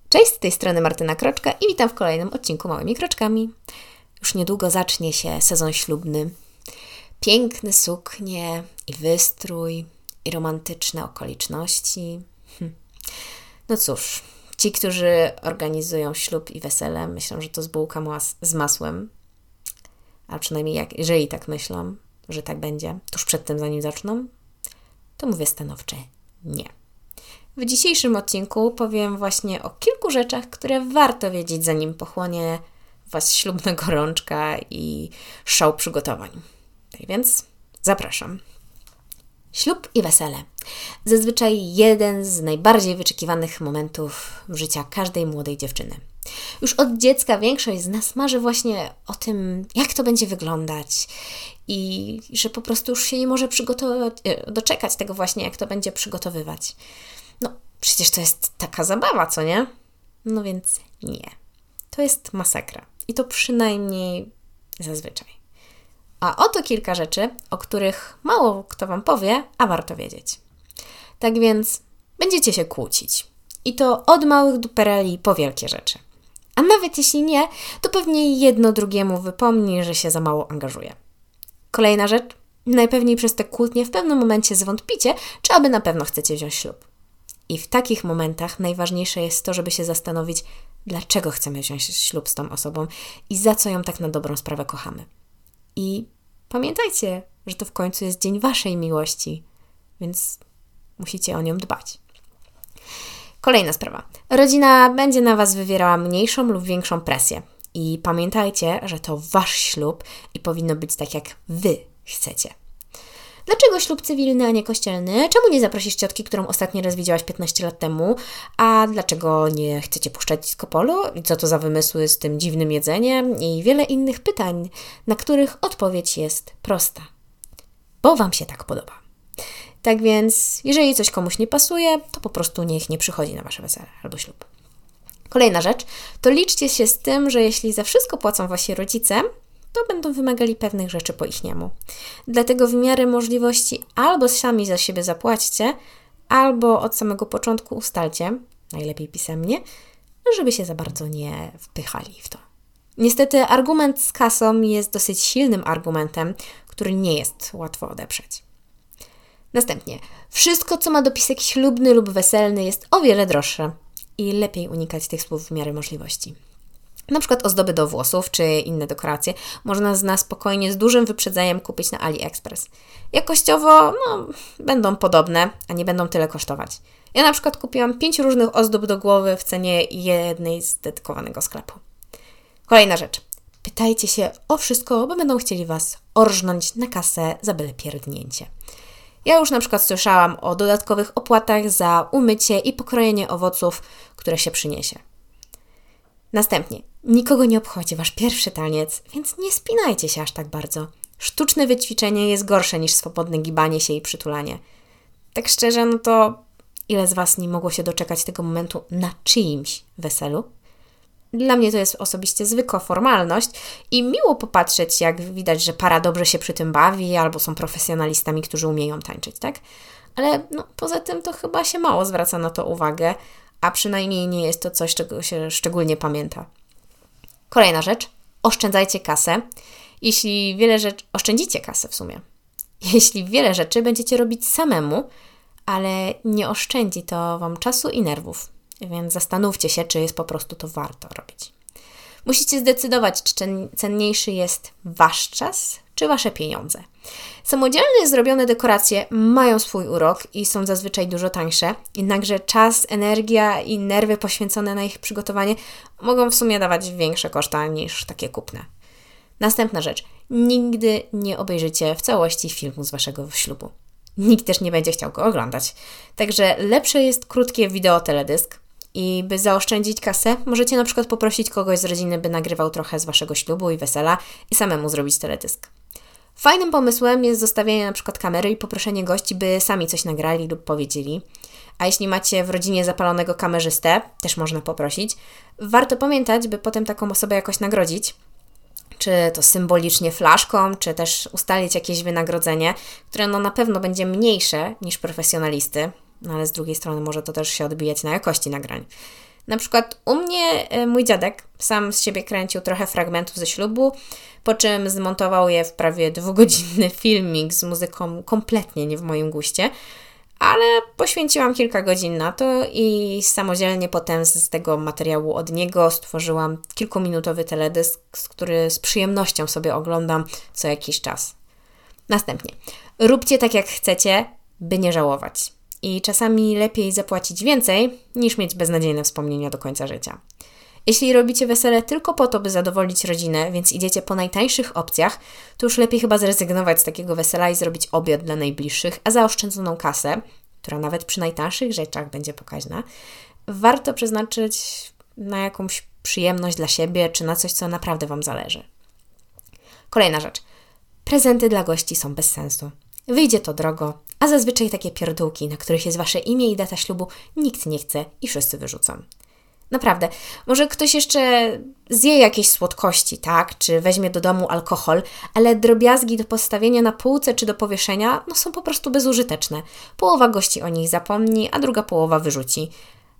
Cześć, z tej strony Martyna Kroczka i witam w kolejnym odcinku Małymi Kroczkami. Już niedługo zacznie się sezon ślubny. Piękne suknie i wystrój i romantyczne okoliczności. No cóż, ci, którzy organizują ślub i wesele, myślą, że to z bułka z masłem. A przynajmniej jeżeli tak myślą, że tak będzie, tuż przed tym, zanim zaczną, to mówię stanowcze nie. W dzisiejszym odcinku powiem właśnie o kilku rzeczach, które warto wiedzieć, zanim pochłonie Was ślubna gorączka i szał przygotowań. Tak więc zapraszam. Ślub i wesele. Zazwyczaj jeden z najbardziej wyczekiwanych momentów życia każdej młodej dziewczyny. Już od dziecka większość z nas marzy właśnie o tym, jak to będzie wyglądać i że po prostu już się nie może doczekać tego właśnie, jak to będzie przygotowywać. No, przecież to jest taka zabawa, co nie? No więc nie. To jest masakra. I to przynajmniej zazwyczaj. A oto kilka rzeczy, o których mało kto Wam powie, a warto wiedzieć. Tak więc będziecie się kłócić. I to od małych dupereli po wielkie rzeczy. A nawet jeśli nie, to pewnie jedno drugiemu wypomni, że się za mało angażuje. Kolejna rzecz. Najpewniej przez te kłótnie w pewnym momencie zwątpicie, czy aby na pewno chcecie wziąć ślub. I w takich momentach najważniejsze jest to, żeby się zastanowić, dlaczego chcemy wziąć ślub z tą osobą i za co ją tak na dobrą sprawę kochamy. I pamiętajcie, że to w końcu jest dzień Waszej miłości, więc musicie o nią dbać. Kolejna sprawa. Rodzina będzie na Was wywierała mniejszą lub większą presję. I pamiętajcie, że to Wasz ślub i powinno być tak, jak Wy chcecie. Dlaczego ślub cywilny, a nie kościelny? Czemu nie zaprosisz ciotki, którą ostatni raz widziałaś 15 lat temu? A dlaczego nie chcecie puszczać disco polo? I co to za wymysły z tym dziwnym jedzeniem? I wiele innych pytań, na których odpowiedź jest prosta. Bo Wam się tak podoba. Tak więc, jeżeli coś komuś nie pasuje, to po prostu niech nie przychodzi na Wasze wesele albo ślub. Kolejna rzecz, to liczcie się z tym, że jeśli za wszystko płacą Wasi rodzice, to będą wymagali pewnych rzeczy po ichniemu. Dlatego w miarę możliwości albo sami za siebie zapłaćcie, albo od samego początku ustalcie, najlepiej pisemnie, żeby się za bardzo nie wpychali w to. Niestety argument z kasą jest dosyć silnym argumentem, który nie jest łatwo odeprzeć. Następnie, wszystko co ma dopisek ślubny lub weselny jest o wiele droższe i lepiej unikać tych słów w miarę możliwości. Na przykład ozdoby do włosów czy inne dekoracje można spokojnie z dużym wyprzedzeniem kupić na AliExpress. Jakościowo będą podobne, a nie będą tyle kosztować. Ja na przykład kupiłam 5 różnych ozdób do głowy w cenie jednej z dedykowanego sklepu. Kolejna rzecz. Pytajcie się o wszystko, bo będą chcieli Was orżnąć na kasę za byle pierdnięcie. Ja już na przykład słyszałam o dodatkowych opłatach za umycie i pokrojenie owoców, które się przyniesie. Następnie, nikogo nie obchodzi Wasz pierwszy taniec, więc nie spinajcie się aż tak bardzo. Sztuczne wyćwiczenie jest gorsze niż swobodne gibanie się i przytulanie. Tak szczerze, to ile z Was nie mogło się doczekać tego momentu na czyimś weselu? Dla mnie to jest osobiście zwykła formalność i miło popatrzeć, jak widać, że para dobrze się przy tym bawi albo są profesjonalistami, którzy umieją tańczyć, tak? Ale poza tym to chyba się mało zwraca na to uwagę, a przynajmniej nie jest to coś, czego się szczególnie pamięta. Kolejna rzecz. Oszczędzajcie kasę. Oszczędzicie kasę w sumie. Jeśli wiele rzeczy będziecie robić samemu, ale nie oszczędzi to Wam czasu i nerwów. Więc zastanówcie się, czy jest po prostu to warto robić. Musicie zdecydować, czy cenniejszy jest Wasz czas, czy Wasze pieniądze. Samodzielnie zrobione dekoracje mają swój urok i są zazwyczaj dużo tańsze, jednakże czas, energia i nerwy poświęcone na ich przygotowanie mogą w sumie dawać większe koszta niż takie kupne. Następna rzecz. Nigdy nie obejrzycie w całości filmu z Waszego ślubu. Nikt też nie będzie chciał go oglądać. Także lepsze jest krótkie wideo teledysk. I by zaoszczędzić kasę, możecie na przykład poprosić kogoś z rodziny, by nagrywał trochę z Waszego ślubu i wesela i samemu zrobić teledysk. Fajnym pomysłem jest zostawienie na przykład kamery i poproszenie gości, by sami coś nagrali lub powiedzieli. A jeśli macie w rodzinie zapalonego kamerzystę, też można poprosić. Warto pamiętać, by potem taką osobę jakoś nagrodzić. Czy to symbolicznie flaszką, czy też ustalić jakieś wynagrodzenie, które na pewno będzie mniejsze niż profesjonalisty, ale z drugiej strony może to też się odbijać na jakości nagrań. Na przykład u mnie mój dziadek sam z siebie kręcił trochę fragmentów ze ślubu, po czym zmontował je w prawie 2-godzinny filmik z muzyką kompletnie nie w moim guście, ale poświęciłam kilka godzin na to i samodzielnie potem z tego materiału od niego stworzyłam kilkuminutowy teledysk, który z przyjemnością sobie oglądam co jakiś czas. Następnie, róbcie tak jak chcecie, by nie żałować. I czasami lepiej zapłacić więcej, niż mieć beznadziejne wspomnienia do końca życia. Jeśli robicie wesele tylko po to, by zadowolić rodzinę, więc idziecie po najtańszych opcjach, to już lepiej chyba zrezygnować z takiego wesela i zrobić obiad dla najbliższych, a zaoszczędzoną kasę, która nawet przy najtańszych rzeczach będzie pokaźna, warto przeznaczyć na jakąś przyjemność dla siebie, czy na coś, co naprawdę Wam zależy. Kolejna rzecz. Prezenty dla gości są bez sensu. Wyjdzie to drogo, a zazwyczaj takie pierdółki, na których jest Wasze imię i data ślubu, nikt nie chce i wszyscy wyrzucą. Naprawdę, może ktoś jeszcze zje jakieś słodkości, tak? Czy weźmie do domu alkohol, ale drobiazgi do postawienia na półce czy do powieszenia są po prostu bezużyteczne. Połowa gości o nich zapomni, a druga połowa wyrzuci.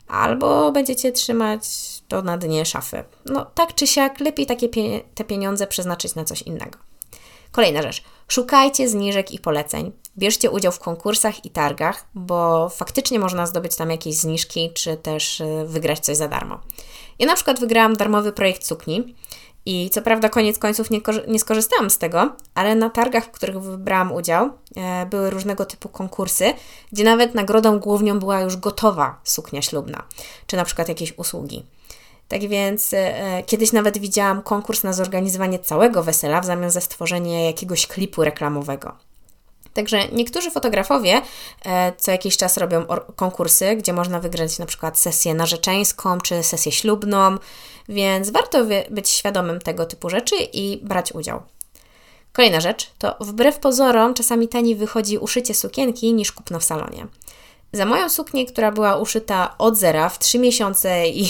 Albo będziecie trzymać to na dnie szafy. Tak czy siak, lepiej te pieniądze przeznaczyć na coś innego. Kolejna rzecz. Szukajcie zniżek i poleceń. Bierzcie udział w konkursach i targach, bo faktycznie można zdobyć tam jakieś zniżki, czy też wygrać coś za darmo. Ja na przykład wygrałam darmowy projekt sukni i co prawda koniec końców nie skorzystałam z tego, ale na targach, w których wybrałam udział, były różnego typu konkursy, gdzie nawet nagrodą główną była już gotowa suknia ślubna, czy na przykład jakieś usługi. Tak więc kiedyś nawet widziałam konkurs na zorganizowanie całego wesela w zamian za stworzenie jakiegoś klipu reklamowego. Także niektórzy fotografowie co jakiś czas robią konkursy, gdzie można wygrać na przykład sesję narzeczeńską czy sesję ślubną, więc warto być świadomym tego typu rzeczy i brać udział. Kolejna rzecz to wbrew pozorom czasami taniej wychodzi uszycie sukienki niż kupno w salonie. Za moją suknię, która była uszyta od zera w 3 miesiące i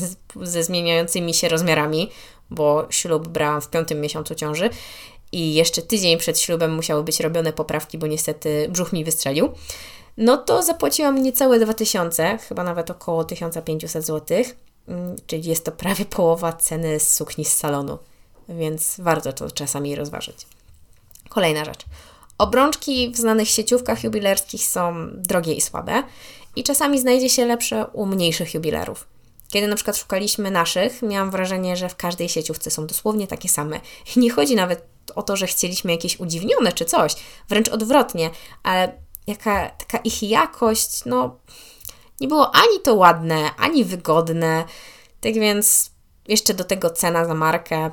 ze zmieniającymi się rozmiarami, bo ślub brałam w 5. miesiącu ciąży i jeszcze tydzień przed ślubem musiały być robione poprawki, bo niestety brzuch mi wystrzelił, to zapłaciłam niecałe 2000, chyba nawet około 1500 zł, czyli jest to prawie połowa ceny sukni z salonu, więc warto to czasami rozważyć. Kolejna rzecz. Obrączki w znanych sieciówkach jubilerskich są drogie i słabe i czasami znajdzie się lepsze u mniejszych jubilerów. Kiedy na przykład szukaliśmy naszych, miałam wrażenie, że w każdej sieciówce są dosłownie takie same. I nie chodzi nawet o to, że chcieliśmy jakieś udziwnione czy coś, wręcz odwrotnie, ale taka ich jakość, nie było ani to ładne, ani wygodne, tak więc jeszcze do tego cena za markę,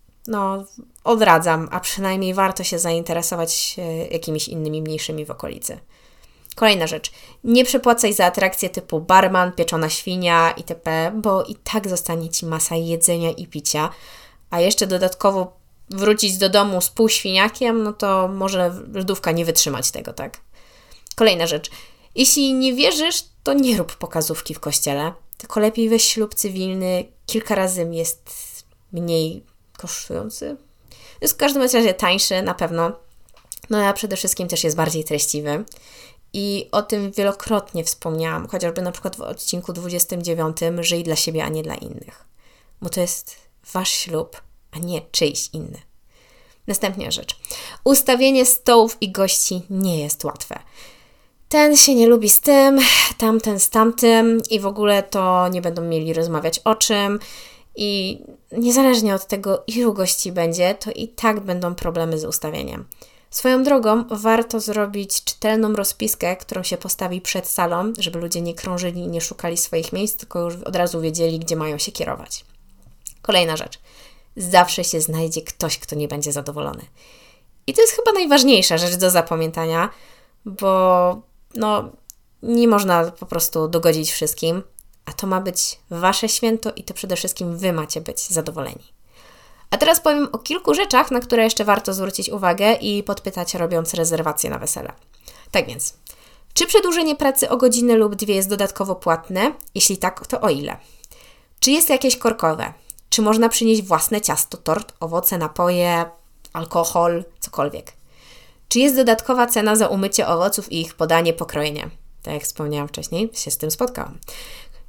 odradzam, a przynajmniej warto się zainteresować jakimiś innymi mniejszymi w okolicy. Kolejna rzecz. Nie przepłacaj za atrakcje typu barman, pieczona świnia itp., bo i tak zostanie Ci masa jedzenia i picia, a jeszcze dodatkowo wrócić do domu z półświniakiem, to może lodówka nie wytrzymać tego, tak? Kolejna rzecz. Jeśli nie wierzysz, to nie rób pokazówki w kościele, tylko lepiej weź ślub cywilny, kilka razy jest mniej kosztujący. Jest w każdym razie tańszy na pewno, a przede wszystkim też jest bardziej treściwy. I o tym wielokrotnie wspomniałam, chociażby na przykład w odcinku 29 Żyj dla siebie, a nie dla innych. Bo to jest Wasz ślub, a nie czyjś inny. Następna rzecz. Ustawienie stołów i gości nie jest łatwe. Ten się nie lubi z tym, tamten z tamtym i w ogóle to nie będą mieli rozmawiać o czym. I niezależnie od tego, ilu gości będzie, to i tak będą problemy z ustawieniem. Swoją drogą warto zrobić czytelną rozpiskę, którą się postawi przed salą, żeby ludzie nie krążyli i nie szukali swoich miejsc, tylko już od razu wiedzieli, gdzie mają się kierować. Kolejna rzecz. Zawsze się znajdzie ktoś, kto nie będzie zadowolony. I to jest chyba najważniejsza rzecz do zapamiętania, bo nie można po prostu dogodzić wszystkim, a to ma być Wasze święto i to przede wszystkim Wy macie być zadowoleni. A teraz powiem o kilku rzeczach, na które jeszcze warto zwrócić uwagę i podpytać, robiąc rezerwację na wesele. Tak więc, czy przedłużenie pracy o godzinę lub 2 jest dodatkowo płatne? Jeśli tak, to o ile? Czy jest jakieś korkowe? Czy można przynieść własne ciasto, tort, owoce, napoje, alkohol, cokolwiek? Czy jest dodatkowa cena za umycie owoców i ich podanie, pokrojenie? Tak jak wspomniałam wcześniej, się z tym spotkałam.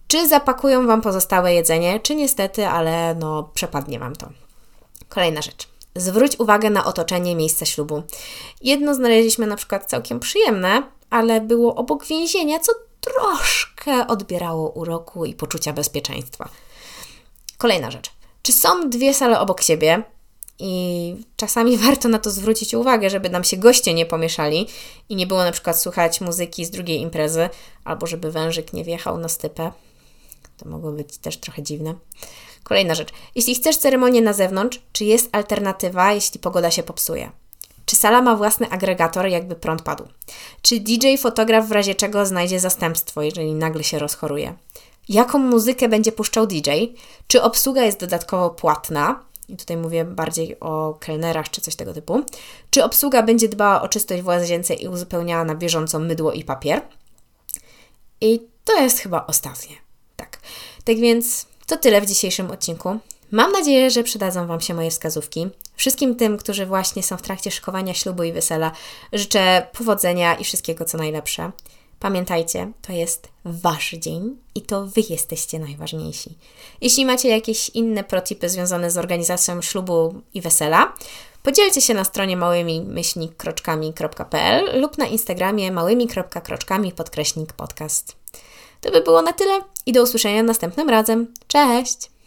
Czy zapakują Wam pozostałe jedzenie, czy niestety, ale przepadnie Wam to. Kolejna rzecz. Zwróć uwagę na otoczenie miejsca ślubu. Jedno znaleźliśmy na przykład całkiem przyjemne, ale było obok więzienia, co troszkę odbierało uroku i poczucia bezpieczeństwa. Kolejna rzecz. Czy są 2 sale obok siebie? I czasami warto na to zwrócić uwagę, żeby nam się goście nie pomieszali i nie było na przykład słuchać muzyki z drugiej imprezy, albo żeby wężyk nie wjechał na stypę. To mogło być też trochę dziwne. Kolejna rzecz. Jeśli chcesz ceremonię na zewnątrz, czy jest alternatywa, jeśli pogoda się popsuje? Czy sala ma własny agregator, jakby prąd padł? Czy DJ-fotograf w razie czego znajdzie zastępstwo, jeżeli nagle się rozchoruje? Jaką muzykę będzie puszczał DJ? Czy obsługa jest dodatkowo płatna? I tutaj mówię bardziej o kelnerach czy coś tego typu. Czy obsługa będzie dbała o czystość w łazience i uzupełniała na bieżąco mydło i papier? I to jest chyba ostatnie. Tak więc to tyle w dzisiejszym odcinku. Mam nadzieję, że przydadzą Wam się moje wskazówki. Wszystkim tym, którzy właśnie są w trakcie szykowania ślubu i wesela, życzę powodzenia i wszystkiego, co najlepsze. Pamiętajcie, to jest Wasz dzień i to Wy jesteście najważniejsi. Jeśli macie jakieś inne protipy związane z organizacją ślubu i wesela, podzielcie się na stronie małymi-kroczkami.pl lub na Instagramie małymi.kroczkami_podcast. To by było na tyle i do usłyszenia następnym razem. Cześć!